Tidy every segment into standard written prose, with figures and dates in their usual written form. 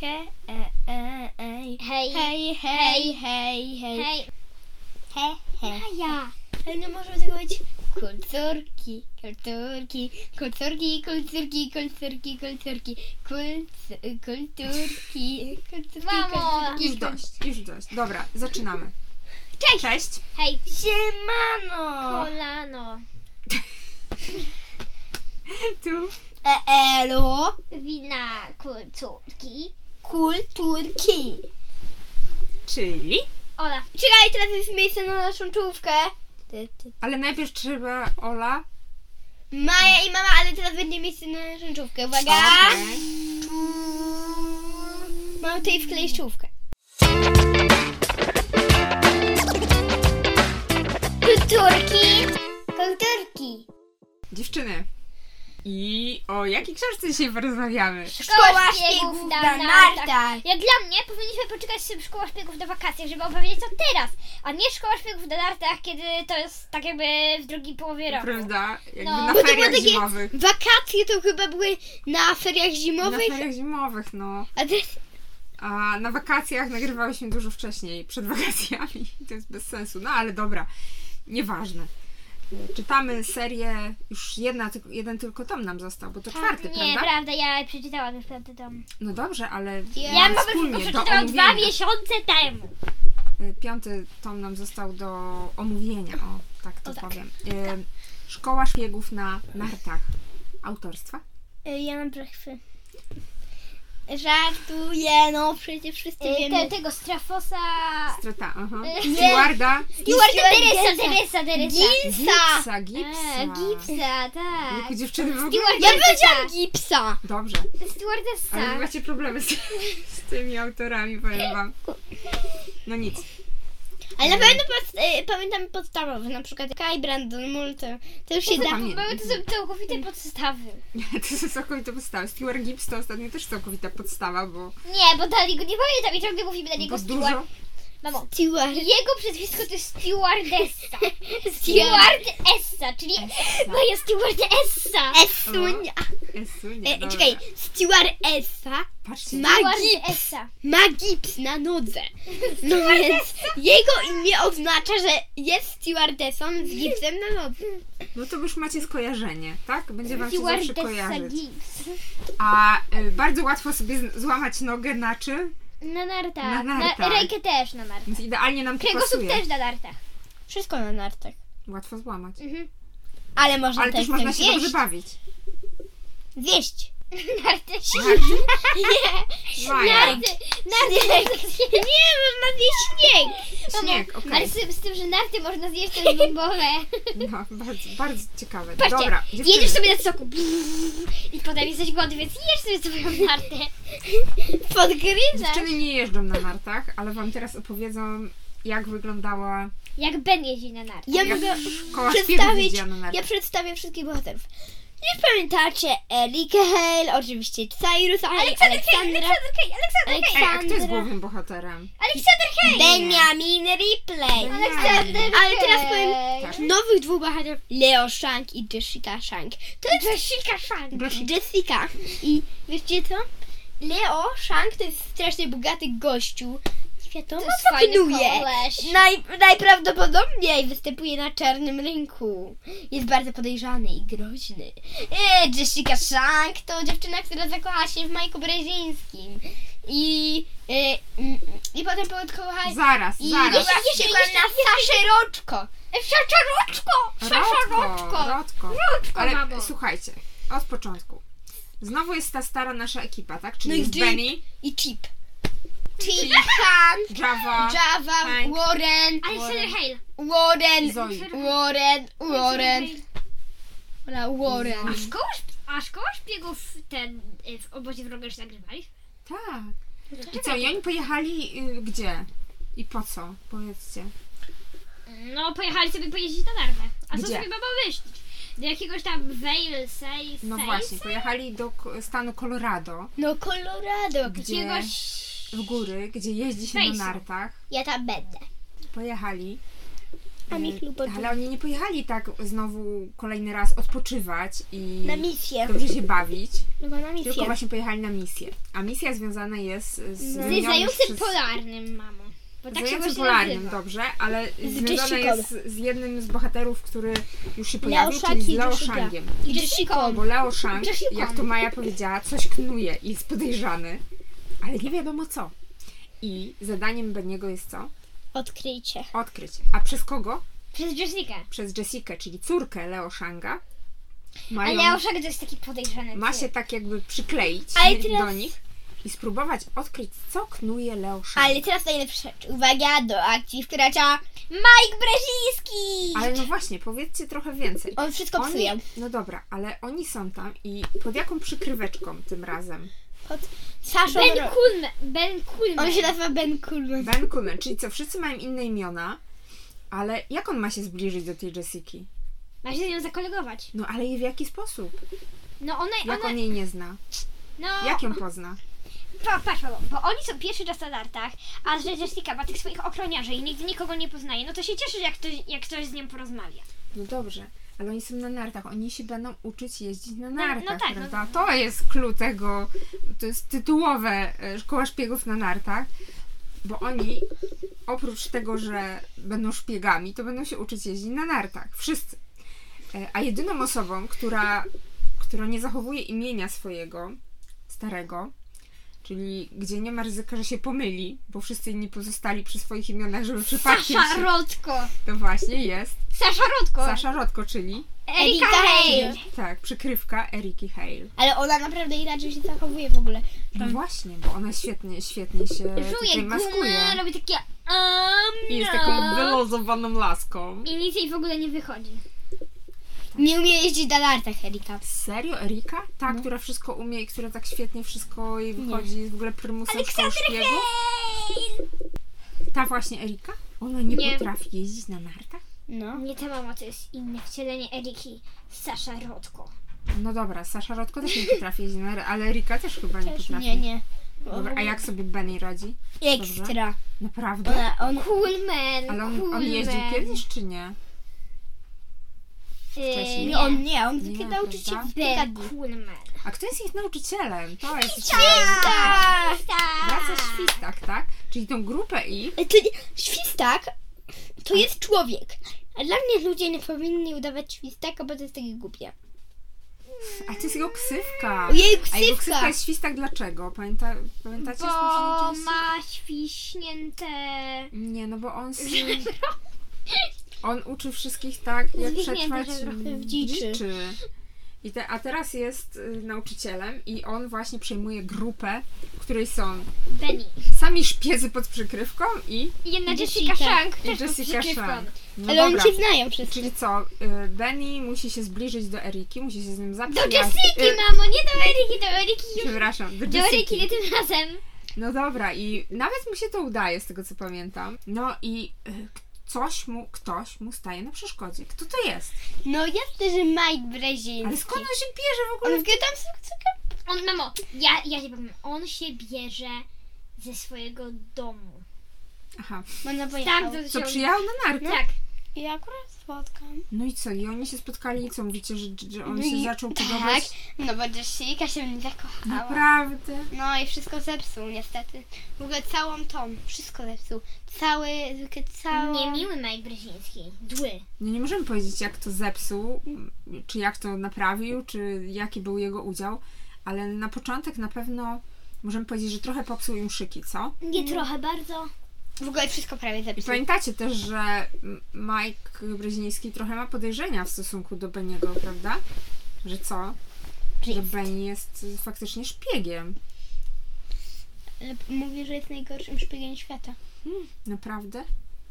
Hej. Hej. Hej, hej, hej, hej. Hej. Ja. Ale nie możemy zachować kulturki, kulturki, kulturki, kulturki, kulturki, kulturki, kulturki, Mamo! Już dość. Dobra, zaczynamy. Cześć! Cześć. Hej. Siemano! Kolano. Tu. Elo, Wina kulturki. kulturki. Czyli? Ola. Czekaj, teraz jest miejsce na naszą czołówkę. Ale najpierw trzeba Ola. Maja i mama, ale teraz będzie miejsce na naszą czołówkę. Uwaga! Okej. Mam tutaj wkleić czołówkę. Kulturki. Kulturki. Dziewczyny. I o jakiej książce dzisiaj porozmawiamy? Szkoła szpiegów na nartach. Jak dla mnie powinniśmy poczekać sobie Szkoła Szpiegów na wakacjach, żeby opowiedzieć to teraz, a nie Szkoła Szpiegów na nartach, kiedy to jest tak jakby w drugiej połowie roku. Prawda? Jakby No. na Bo to feriach było takie zimowych. wakacje to chyba były na feriach Na zimowych, feriach zimowych, no. a teraz A na wakacjach nagrywałyśmy dużo wcześniej, przed wakacjami. To jest bez sensu. No ale dobra, nieważne. Czytamy serię, już jeden tylko tom nam został, bo to czwarty, Nie, prawda? prawda, ja przeczytałam już piąty tom. No dobrze, ale Ja nawet wspólnie, do przeczytałam 2 omówienia. miesiące temu. Piąty tom nam został do omówienia, o tak to O tak. powiem. Szkoła szpiegów na nartach. Autorstwa? ja mam brechwy. Żartuję, no przecież wszyscy wiemy. Tego Strafosa... Strata, aha. Nie. Stewarda. Teresa. Gipsa! Gipsa. Gipsa, tak. Jakie dziewczyny w ogóle... Ja powiedziałam gipsa! Dobrze. Ale wy Stewardessa. macie problemy z tymi autorami, powiem wam. No nic. Ale na pewno pamiętam podstawowe, na przykład Kai, Brandon, Mulder. To już się da. Mamy to są całkowite podstawy. To są całkowite podstawy. Steward Gibbs to ostatnio też całkowita podstawa, bo Nie, bo dalej go nie pamiętam i ciągle mówimy na niego dużo. Steward. Mamo, Steward. jego przezwisko to jest Stewardessa. Stewardessa, czyli moja Stewardessa. Esunia. Esunia, dobra. Czekaj, stewardessa Patrzcie. Stewardessa. ma gips na nodze. No więc jego imię oznacza, że jest stewardessą z gipsem na nodze. No to już macie skojarzenie, tak? Będzie wam się zawsze Stewardessa kojarzyć. Gibbs. A bardzo łatwo sobie złamać nogę na czym? Na nartach. Na nartach. Rękę też na nartach. Więc idealnie nam to Kręgosłup pasuje. też na nartach. Wszystko na nartach. Łatwo złamać. Ale można Ale też można się dobrze bawić. Zjeść. Narty. Maja. Narty. Nie, można zjeść śnieg. Śnieg, okej. Ale z tym, że narty można zjeść, to jest bombowe. No, bardzo ciekawe. Patrzcie, Dobra, dziewczyny. jedziesz sobie na soku i potem jesteś głodny, więc jesz sobie swoją nartę. Podgryzasz. Dziewczyny nie jeżdżą na nartach, ale wam teraz opowiedzą, jak wyglądała Jak Ben jeździ na nartach. Ja jak mogę szkoła szpiegów przedstawić, jeździła na nartach. ja przedstawię wszystkich bohaterów. Nie pamiętacie Erika Hale, oczywiście Cyrus, Aleksandra, Ej, a kto jest głównym bohaterem? Aleksander Hale! Benjamin Ripley. Aleksander Ale teraz powiem Tak. nowych dwóch bohaterów, Leo Shank i Jessica Shank. To jest Jessica Shank. Jessica. I wiecie co? Leo Shank to jest strasznie bogaty gościu. Wiadomo, To jest co fajny knuje. koleś. Najprawdopodobniej występuje na czarnym rynku. Jest bardzo podejrzany i groźny. Jessica Shank to dziewczyna, która zakochała się w Majku Brezińskim. I potem podkochała... Zaraz. była wściekła na Saszę Roczko. Rodko. Ale mamo. słuchajcie, od początku. Znowu jest ta stara nasza ekipa, tak? Czyli No i jest Jeep. Benny, I Chip. Chip, Hank, Java, Java, Hank. Warren, Aleksander Hale. Warren. A szkoła szpiegów w obozie wroga już nagrywali? Tak. I co, i oni pojechali gdzie? I po co? Powiedzcie. No, pojechali sobie pojeździć na nartach. A co Gdzie? sobie mama myśleć? Do jakiegoś tam Vale, No właśnie, pojechali do stanu Colorado, No Colorado. gdzie jakiegoś... w góry, gdzie jeździ się Fejsu. na nartach. Ja tam będę. Pojechali A Michlu potem. Ale oni nie pojechali tak znowu kolejny raz odpoczywać i Na misję. dobrze się bawić, Chyba na tylko misję. właśnie pojechali na misję. A misja związana jest z Z zmienionym zającem polarnym, mamo. Bo tak się Zającem właśnie polarnym, nazywa. dobrze, ale związana Jessicą. jest z jednym z bohaterów, który już się pojawił, Shang czyli z i Leo Jessica. Shangiem. I Jessicą. Bo Leo Shang, Jessicą. jak to Maja powiedziała, coś knuje i jest podejrzany, ale nie wiadomo co. I zadaniem Beniego jest co? Odkryjcie. Odkryć. A przez kogo? Przez Jessica. Przez Jessikę, czyli córkę Leo Shanga. Ale Leo Shang to jest taki podejrzany. Ma się tak jakby przykleić Ale teraz- do nich i spróbować odkryć, co knuje Leo Shang. Ale teraz najlepsza rzecz. Uwaga, do akcji wkracza Mike Breziński! Ale no właśnie, powiedzcie trochę więcej. On wszystko psuje. No dobra, ale oni są tam i pod jaką przykryweczką tym razem? Pod Saszą Ben Coolman. On się nazywa Ben Coolman. Ben Coolman, czyli co, wszyscy mają inne imiona, ale jak on ma się zbliżyć do tej Jessiki? Ma się z nią zakolegować. No ale i w jaki sposób? No Jak on jej nie zna? no, Jak ją pozna? Patrz, bo oni są pierwszy raz na nartach, a że Jessica ma tych swoich ochroniarzy i nigdy nikogo nie poznaje, no to się cieszy, jak ktoś z nią porozmawia. No dobrze, ale oni są na nartach, oni się będą uczyć jeździć na nartach, tak, prawda? To jest clue tego, to jest tytułowe Szkoła Szpiegów na nartach, bo oni oprócz tego, że będą szpiegami, to będą się uczyć jeździć na nartach. Wszyscy. A jedyną osobą, która nie zachowuje imienia swojego starego, czyli gdzie nie ma ryzyka, że się pomyli, bo wszyscy inni pozostali przy swoich imionach, żeby przypadkiem Sasha się... Rodko! To właśnie jest Sasha Rodko! Sasha Rodko, czyli Erika Hale! tak, przykrywka Eriki Hale. Ale ona naprawdę inaczej się zachowuje w ogóle. No właśnie, bo ona świetnie się Żuje tutaj maskuje. gumę, robi takie I jest taką wyluzowaną laską. i nic jej w ogóle nie wychodzi. Nie umie jeździć na nartach, Erika. Serio, Erika? Ta, która wszystko umie i która tak świetnie wszystko jej wychodzi, jest w ogóle prymusem szkoły szpiegów? Ta właśnie Erika? Ona nie potrafi jeździć na nartach? No. Nie ta mama, to jest inne wcielenie Eriki, Sasha Rodko. No dobra, Sasha Rodko też nie potrafi jeździć na nartach, ale Erika też chyba nie potrafi. Nie. Dobra, a jak sobie Benny radzi? Ekstra. Naprawdę? On Coolman, Ale on jeździł kiedyś, czy nie? wcześniej? Nie, on Nie, tylko nauczył się prawda? w kilka Ben dni. Coolman. A kto jest ich nauczycielem? To jest Tak! Wraca Świstak, tak? Czyli tą grupę ich. To Świstak to jest człowiek. A dla mnie ludzie nie powinni udawać Świstaka, bo to jest takie głupie. A to jest jego ksywka. Ojej, A jego ksywka! ksywka jest Świstak dlaczego? Pamiętacie z poprzedniej Bo części? ma świśnięte... Nie, no bo on uczy wszystkich tak, jak Zwichnięte przetrwać żebro w dziczy. A teraz jest nauczycielem i on właśnie przejmuje grupę, w której są Benny. sami szpiedzy pod przykrywką i I jedna Jessica. Jessica Shank też pod Jessica przykrywką. Shank. No Ale oni dobra. się znają wszyscy. Czyli co, Benny musi się zbliżyć do Eriki, musi się z nim Do zaprzyjaźnić. Jessiki, mamo, nie do Eriki, do Eriki już. Przepraszam, do Do Eriki Jessiki. nie tym razem. No dobra, i nawet mu się to udaje, z tego co pamiętam. No i ktoś mu staje na przeszkodzie. Kto to jest? No jasne, że Mike Breziński. Ale skąd on się bierze w ogóle? On zgadam sobie. On, mamo, ja ci powiem, on się bierze ze swojego domu. Aha, Można pojechał. Tak, to co się... przyjechał na narty? Tak. I akurat spotkam. No i co, i oni się spotkali i co? Mówicie, że on się zaczął Tak, podobać? no bo Jessica się w nim zakochała. Naprawdę? No i wszystko zepsuł niestety. W ogóle całą tą, wszystko zepsuł. Całą... Niemiły Mike Breziński. Zły. No nie możemy powiedzieć, jak to zepsuł, czy jak to naprawił, czy jaki był jego udział, ale na początek na pewno możemy powiedzieć, że trochę popsuł im szyki, co? Nie trochę, bardzo. W ogóle wszystko prawie I zepsuł. pamiętacie też, że Mike Breziński trochę ma podejrzenia w stosunku do Beniego, prawda? Że co? Że Beni jest faktycznie szpiegiem. Mówi, że jest najgorszym szpiegiem świata. Naprawdę?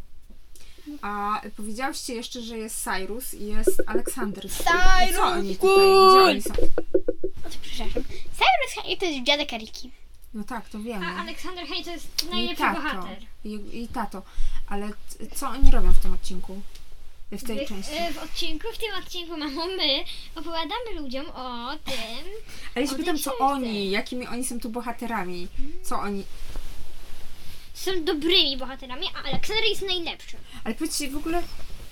A powiedziałyście jeszcze, że jest Cyrus i jest Aleksander. I co oni tutaj? Gdzie oni są? O, to przepraszam. Cyrus Hayes to jest dziadek Eriki. No tak, to wiemy. A Aleksander Hayes to jest I najlepszy tato. bohater. I tato. Ale co oni robią w tym odcinku? W tej części? W tym odcinku, mamo, my opowiadamy ludziom o tym. Ale ja się o pytam, tej co książce. oni? Jakimi oni są tu bohaterami? Co oni? Są dobrymi bohaterami, a Aleksander jest najlepszy. Ale powiedzcie w ogóle,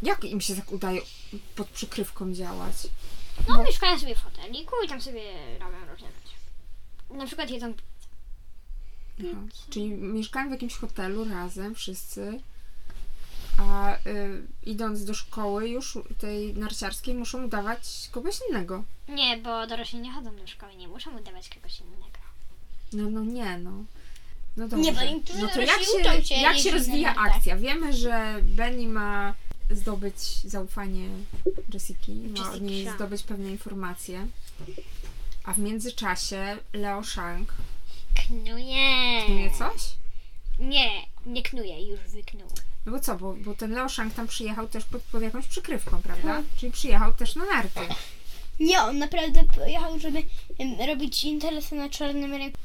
Jak im się tak udaje pod przykrywką działać? No, mieszkają sobie w hoteliku i tam sobie robią różne rzeczy. Na przykład jedzą Aha. Czyli mieszkają w jakimś hotelu razem wszyscy, a idąc do szkoły już tej narciarskiej muszą udawać kogoś innego. Nie, bo dorośli nie chodzą do szkoły, nie muszą udawać kogoś innego. No nie, no. No dobrze. Nie, bo niektórzy no to jak dorośli uczą się jak się jeździć rozwija na nartach. akcja? Wiemy, że Benny ma zdobyć zaufanie Jessiki, ma od niej Jessica. zdobyć pewne informacje, a w międzyczasie Leo Shank Knuje. knuje coś? Nie knuje, już wyknął. No bo co, bo ten Leo Shank tam przyjechał też pod jakąś przykrywką, prawda? Czyli przyjechał też na narty. Nie, on naprawdę pojechał, żeby robić interesy na czarnym rynku.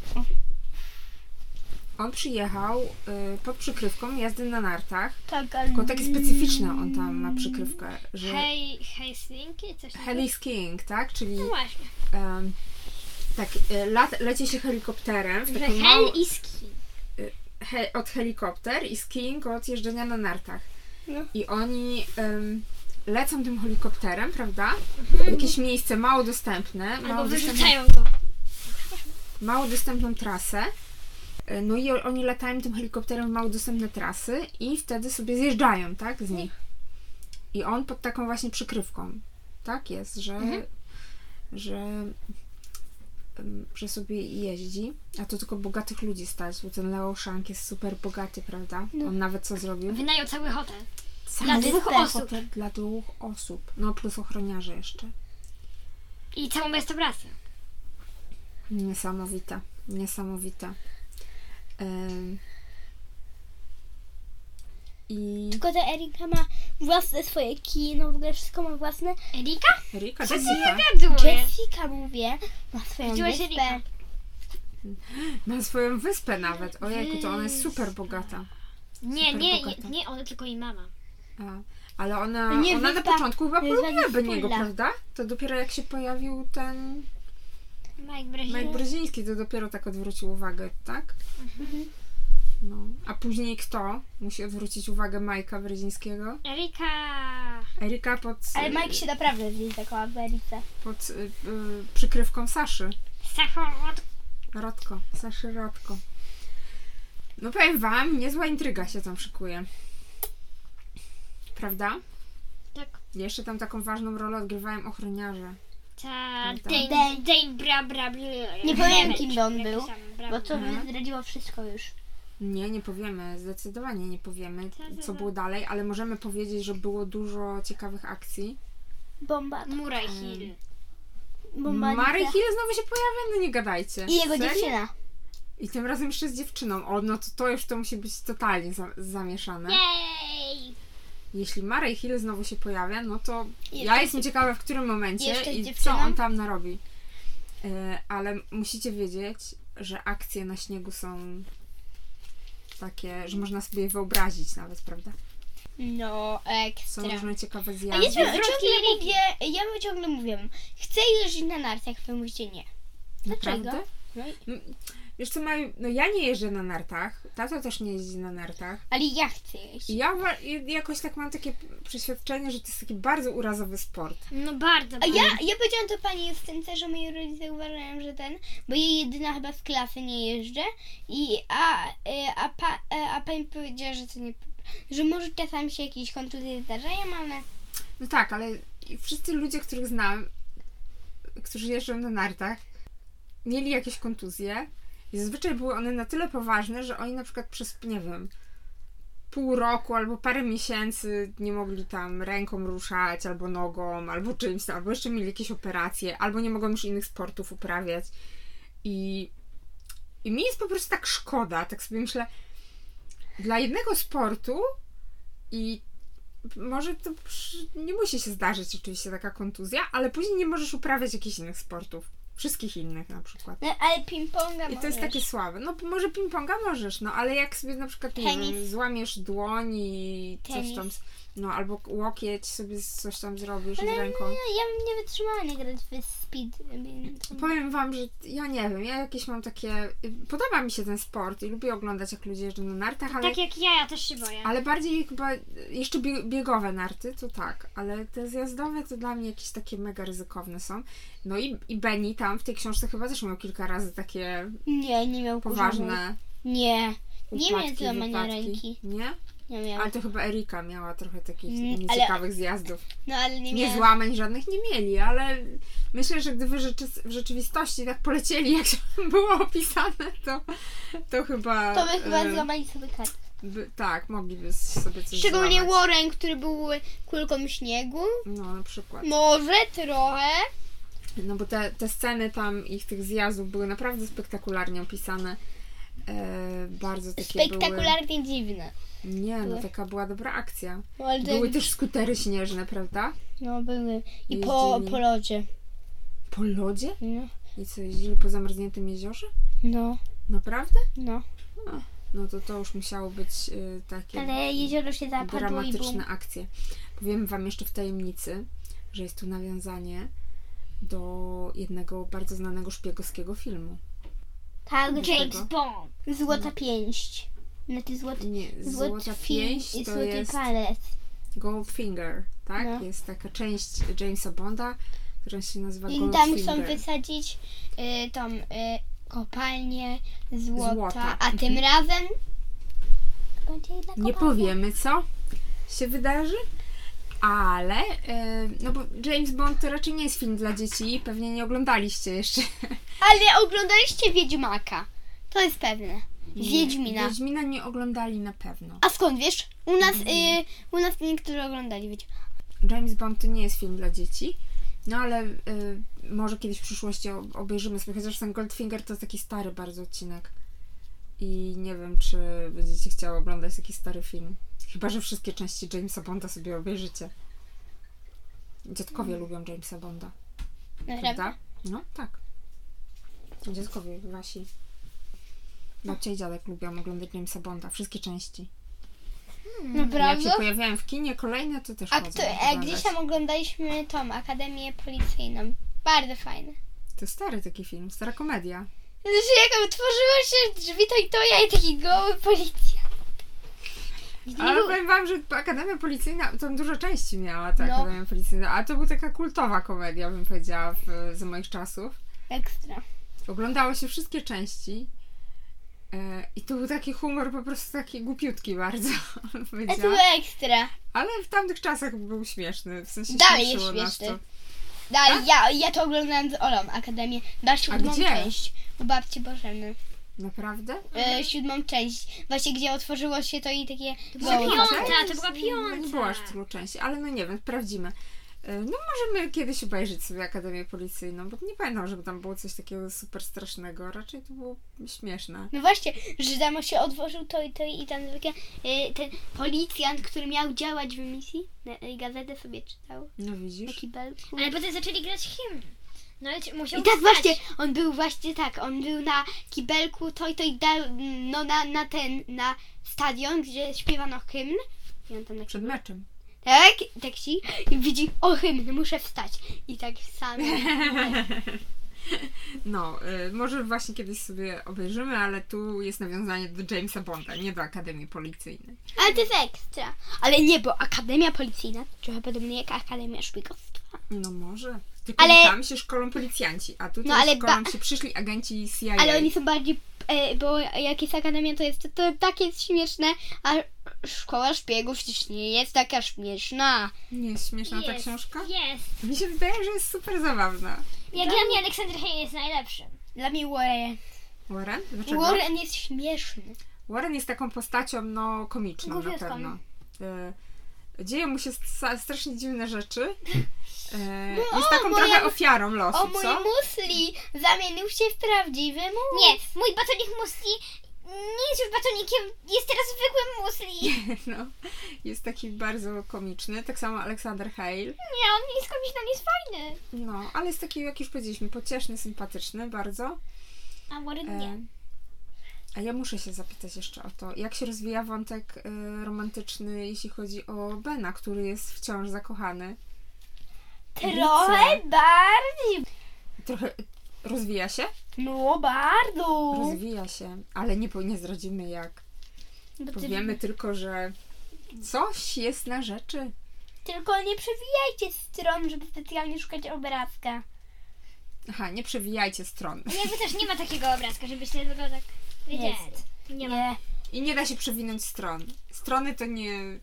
On przyjechał pod przykrywką jazdy na nartach, Tak, ale... tylko taki specyficzny on tam ma przykrywkę, że Hej, Slinky? Coś takiego? heli skiing, tak? Czyli No właśnie. tak, leci się helikopterem w Że taką hell małą, i ski. od helikopter i skiing od jeżdżenia na nartach. No. I oni lecą tym helikopterem, prawda? W jakieś miejsce mało dostępne, Albo wyrzucają go. mało dostępną trasę. No i oni latają tym helikopterem w mało dostępne trasy i wtedy sobie zjeżdżają, tak? Z nich. I on pod taką właśnie przykrywką. Tak jest, że sobie jeździ, a to tylko bogatych ludzi stać, bo ten Leo Shank jest super bogaty, prawda? No. On nawet co zrobił? Wynajął cały hotel. Cały Dla 2 osób. hotel dla 2 osób. No plus ochroniarze jeszcze. I całą restaurację. Niesamowite. Niesamowite. I Tylko ta Erika ma własne swoje kino, w ogóle wszystko ma własne. Erika? Erika, Co ty Jessica gadujesz? Jessica, mówię, ma swoją Widziałaś wyspę. Erika? ma swoją wyspę nawet. Ojejku, to ona jest super bogata. Nie, bogata. nie, ona tylko jej mama. Ale ona Nie, na wyspa początku chyba jest polubiła bardzo Beniego, wspólna. prawda? To dopiero jak się pojawił ten Mike Brzeziński, to dopiero tak odwrócił uwagę, tak? No. A później kto musi odwrócić uwagę Majka Brzezińskiego? Erika Ale Mike się naprawdę z niej zakochał w Erice. pod przykrywką Saszy. Sachorod. Saszy Rodko. No powiem wam, niezła intryga się tam szykuje. Prawda? Tak. Jeszcze tam taką ważną rolę odgrywają ochroniarze. Ta Prawda? Dane bra. Nie powiem, kim on był, Bra, bo to Mhm. zdradziło wszystko już. Nie powiemy, zdecydowanie nie powiemy, Tak. co było dalej, ale możemy powiedzieć, że było dużo ciekawych akcji. Bomba. Murray Hill. Bomba. Mary Hill znowu się pojawia? No nie gadajcie. I jego Serio? dziewczyna. I tym razem jeszcze z dziewczyną. O, no to już to musi być totalnie zamieszane. Jej! Jeśli Mary Hill znowu się pojawia, no to Jeszcze ja jestem ciekawa, w którym momencie jeszcze z i co dziewczyną? on tam narobi. Ale musicie wiedzieć, że akcje na śniegu są takie, że można sobie je wyobrazić nawet, prawda? No, Są ekstra. różne ciekawe A ja zjazdy. ciągle mówię, chcę jeździć na nartach, wy mówicie nie. Dlaczego? Naprawdę? No, Wiesz co, Maju, no ja nie jeżdżę na nartach, tato też nie jeździ na nartach. ale ja chcę jeździć. I ja jakoś tak mam takie przeświadczenie, że to jest taki bardzo urazowy sport. No bardzo. A ja powiedziałam to pani Justynce, że moi rodzice uważają, że bo jej jedyna chyba z klasy nie jeżdżę a pani powiedziała, że to nie, że może czasami się jakieś kontuzje zdarzają, ale No tak, ale wszyscy ludzie, których znam, którzy jeżdżą na nartach, mieli jakieś kontuzje i zazwyczaj były one na tyle poważne, że oni na przykład przez, nie wiem, pół roku albo parę miesięcy nie mogli tam ręką ruszać, albo nogą, albo czymś tam, albo jeszcze mieli jakieś operacje, albo nie mogą już innych sportów uprawiać. I mi jest po prostu tak szkoda, tak sobie myślę, dla jednego sportu i może to nie musi się zdarzyć oczywiście taka kontuzja, ale później nie możesz uprawiać jakichś innych sportów. Wszystkich innych na przykład. no, ale ping-ponga I to jest takie słabe. No może ping-ponga możesz, no ale jak sobie na przykład nie Tenis. wiem, złamiesz dłoń i coś Tenis. tam... No, albo łokieć sobie coś tam zrobisz Ale ręką. ja bym nie wytrzymała nie grać w speed. Więc... Powiem wam, że ja nie wiem, ja jakieś mam takie... Podoba mi się ten sport i lubię oglądać, jak ludzie jeżdżą na nartach, ale... Tak jak ja też się boję. Ale bardziej chyba jeszcze biegowe narty, to tak, ale te zjazdowe to dla mnie jakieś takie mega ryzykowne są. No i Benny tam w tej książce chyba też miał kilka razy takie Nie miał poważne Nie miał upadki, złamania wypadki. ręki. Nie? Nie miał. Ale to chyba Erika miała trochę takich ale- nieciekawych zjazdów. No ale nie Nie miał. złamań żadnych nie mieli, ale myślę, że gdyby w rzeczywistości tak polecieli, jak było opisane, to chyba... To by chyba złamali sobie kartę. tak, mogliby sobie coś Szczególnie złamać. Warren, który był kulką śniegu. No, na przykład. Może trochę. No bo te sceny tam ich tych zjazdów były naprawdę spektakularnie opisane. Bardzo takie Spektakularnie dziwne. były... Nie, no były. taka była dobra akcja. No, ale Były też skutery śnieżne, prawda? No były. I Jeździli. po lodzie. Po lodzie? No. I co, jeździli po zamarzniętym jeziorze? No. Naprawdę? No. No to już musiało być takie Ale jezioro się zapadło i dramatyczne bum. akcje. Powiem wam jeszcze w tajemnicy, że jest tu nawiązanie do jednego bardzo znanego szpiegowskiego filmu. Tak, Dlaczego? James Bond. Złota pięść. No ty złoty. Nie, Złota Pięść i to złoty jest palec. Goldfinger, tak? No. Jest taka część Jamesa Bonda, która się nazywa I Goldfinger. tam chcą wysadzić tą kopalnię złota, Złota. a tym razem będzie jedna Nie kopalnia. powiemy, co się wydarzy, ale no bo James Bond to raczej nie jest film dla dzieci, pewnie nie oglądaliście jeszcze. Ale oglądaliście Wiedźmaka. To jest pewne. Wiedźmina. Wiedźmina nie oglądali na pewno. A skąd wiesz? U nas niektórzy oglądali Wiedźmaka. James Bond to nie jest film dla dzieci, no ale może kiedyś w przyszłości obejrzymy sobie, chociaż ten Goldfinger to jest taki stary bardzo odcinek. I nie wiem, czy będziecie chciały oglądać taki stary film. Chyba że wszystkie części Jamesa Bonda sobie obejrzycie. Dziadkowie lubią Jamesa Bonda, Naprawdę? prawda? No, tak. Dziadkowie wasi. Babcia i dziadek lubią oglądać Jamesa Bonda, wszystkie części. Jak Naprawdę? się pojawiają w kinie kolejne, to też A chodzą gdzieś oglądać. tam oglądaliśmy tą Akademię Policyjną. Bardzo fajne. To stary taki film, stara komedia. Znaczy jak otworzyło się drzwi to ja i taki goły policjant. Ale powiem wam, że Akademia Policyjna to dużo części miała ta No. Akademia Policyjna, a to była taka kultowa komedia, bym powiedziała, za moich czasów. Ekstra. Oglądało się wszystkie części i to był taki humor po prostu taki głupiutki bardzo, bym A to powiedziała. było ekstra. Ale w tamtych czasach był śmieszny, w sensie Dalej jest śmieszyło nas śmieszny. to. Dalej, ja to oglądałam z Olą, Akademię. Na siódmą gdzie? część. U babci Bożeny. Naprawdę? Siódmą część. Właśnie gdzie otworzyło się to i takie była goły. piąta, Część? to była piąta. Nie było aż tylu części, ale no nie wiem, sprawdzimy. No możemy kiedyś obejrzeć sobie Akademię Policyjną, bo nie pamiętam, żeby tam było coś takiego super strasznego. Raczej to było śmieszne. No właśnie, że tam się otworzył to i tam takie, ten policjant, który miał działać w misji, gazetę sobie czytał. No widzisz? Taki belku. Ale potem zaczęli grać hymn. No ale musiał I tak wstać. właśnie, on był na kibelku na stadion, gdzie śpiewano hymn. I on tam na Przed meczem. tak ci i widzi, o hymn, muszę wstać. I tak sam. No, może właśnie kiedyś sobie obejrzymy, ale tu jest nawiązanie do Jamesa Bonda, nie do Akademii Policyjnej. Ale to jest ekstra. Ale nie, bo Akademia Policyjna trochę podobnie jak Akademia Szpiegostwa. No może. Tylko Ale- tam się szkolą policjanci, a tutaj No, ale szkolą się przyszli agenci CIA. Ale oni są bardziej, bo jak jest Akademia, to jest to takie jest śmieszne, a Szkoła Szpiegów przecież nie jest taka śmieszna. Nie jest śmieszna ta Jest, książka? Jest. Mi się wydaje, że jest super zabawna. Jak dla mnie Aleksander Hale jest najlepszym. Dla mnie Warren. Warren? Dlaczego? Warren jest śmieszny. Warren jest taką postacią, no, komiczną na Głupiutką. pewno. Dzieją mu się strasznie dziwne rzeczy. Jest taką moja- trochę ofiarą losu, O, mój co? musli zamienił się w prawdziwy mus. Nie, mój batonik musli nie jest już batonikiem, jest teraz zwykłym musli. No, jest taki bardzo komiczny. Tak samo Aleksander Hale. Nie, on nie jest komiczny, on jest fajny. No, ale jest taki, jak już powiedzieliśmy, pocieszny, sympatyczny bardzo. A Warren nie. A ja muszę się zapytać jeszcze o to, jak się rozwija wątek romantyczny, jeśli chodzi o Bena, który jest wciąż zakochany. Trochę bardziej. Trochę rozwija się? No bardzo. Rozwija się, ale nie zdradzimy jak. Bo Powiemy tylko, że coś jest na rzeczy. Tylko nie przewijajcie stron, żeby specjalnie szukać obrazka. Aha, nie przewijajcie stron. Jakby też nie ma takiego obrazka, żebyście tylko tak wiedzieli. Jest. Nie ma. Nie. I nie da się przewinąć stron. Strony to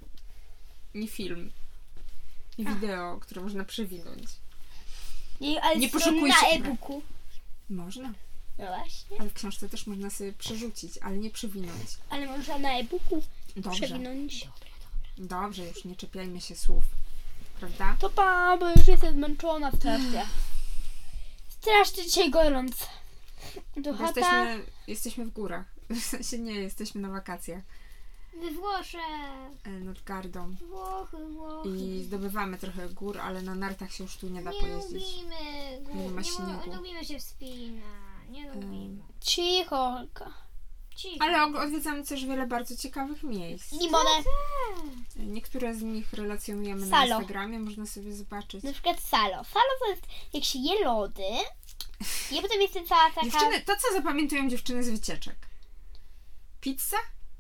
nie film. Nie wideo, które można przewinąć. Ale Nie strony poszukujcie- na e-booku. Można, No właśnie. ale w książce też można sobie przerzucić, ale nie przewinąć. Ale można na e-booku Dobrze. przewinąć. Dobrze, już nie czepiajmy się słów. Prawda? To pa, bo już jestem zmęczona strasznie. Strasznie dzisiaj gorąco. Bo Duchota. jesteśmy w górach. W sensie nie, jesteśmy na wakacjach We Włoszech. nad Gardą. Włochy. I zdobywamy trochę gór, ale na nartach się już tu nie da Nie pojeździć. lubimy gór. Nie ma śniegu. Nie lubimy się wspinać. Nie lubimy. Cicho. Cicho. Ale odwiedzamy też wiele bardzo ciekawych miejsc. Limonę. Niektóre z nich relacjonujemy na Salo. Instagramie, można sobie zobaczyć. Na przykład salo. Salo to jest, jak się je lody i potem jest cała taka... Dziewczyny, to co zapamiętują dziewczyny z wycieczek? Pizza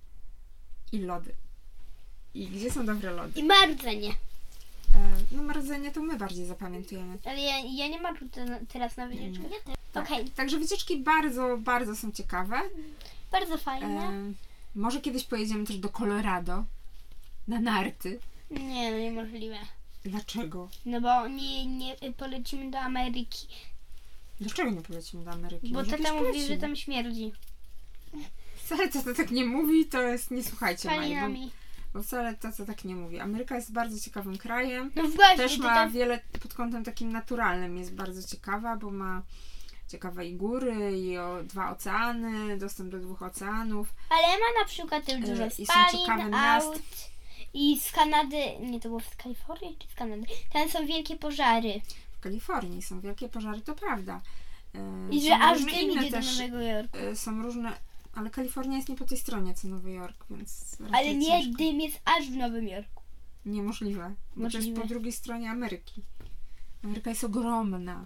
i lody. I gdzie są dobre lody? I marudzenie. No marudzenie to my bardziej zapamiętujemy. Ale ja nie marudzę teraz na wycieczkę. Tak. Okej. Także wycieczki bardzo, bardzo są ciekawe. Bardzo fajnie. Może kiedyś pojedziemy też do Colorado na narty. Nie, no niemożliwe. Dlaczego? No bo nie polecimy do Ameryki. Dlaczego nie polecimy do Ameryki? Bo Może tata kiedyś mówi, że polecimy. tam śmierdzi. Wcale to tak nie mówi, to jest... Nie słuchajcie Mai, Palinami. bo wcale to tak nie mówi. Ameryka jest bardzo ciekawym krajem. No właśnie, Też to ma tam... wiele pod kątem takim naturalnym. Jest bardzo ciekawa, bo ma ciekawe i góry, i 2 oceany, dostęp do 2 oceanów. Ale ma na przykład też dużo I są spalin, ciekawe miast. aut. I z Kanady... Nie, to było z Kalifornii czy z Kanady? Tam są wielkie pożary. W Kalifornii są wielkie pożary, to prawda. I Są że aż różne dym inne idzie do też, Nowego Jorku. są różne, ale Kalifornia jest nie po tej stronie co Nowy Jork, więc Ale raczej nie, ciężko. dym jest aż w Nowym Jorku. Niemożliwe, bo to jest Możliwe. po drugiej stronie Ameryki. Ameryka jest ogromna.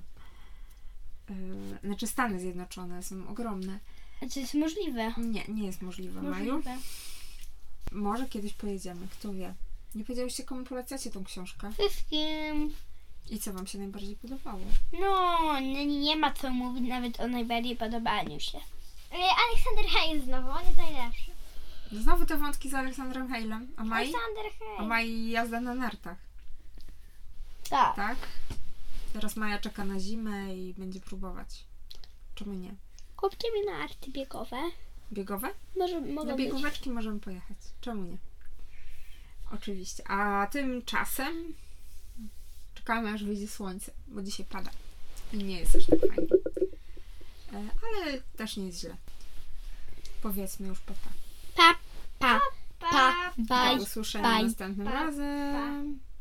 Znaczy Stany Zjednoczone są ogromne. A to jest możliwe. Nie jest możliwe, Maju. Możliwe. Może kiedyś pojedziemy, kto wie. Nie powiedziałyście, komu polecacie tą książkę? Wszystkim. I co wam się najbardziej podobało? No, nie ma co mówić nawet o najbardziej podobaniu się. Aleksander Hayes znowu, on jest najlepszy. Znowu te wątki z Aleksandrem Halem. A Mai? Aleksander A Hayes. Mai jazda na nartach, Tak. tak? Teraz Maja czeka na zimę i będzie próbować. Czemu nie? Kupcie mi na arty biegowe. Biegowe? Może Na mogą być. biegóweczki możemy pojechać. Czemu nie? Oczywiście. A tymczasem czekamy, aż wyjdzie słońce, bo dzisiaj pada. I nie jest aż tak fajnie. Ale też nie jest źle. Powiedzmy już papa. Pa, pa, pa, Do bye, usłyszenia bye. następnym razem.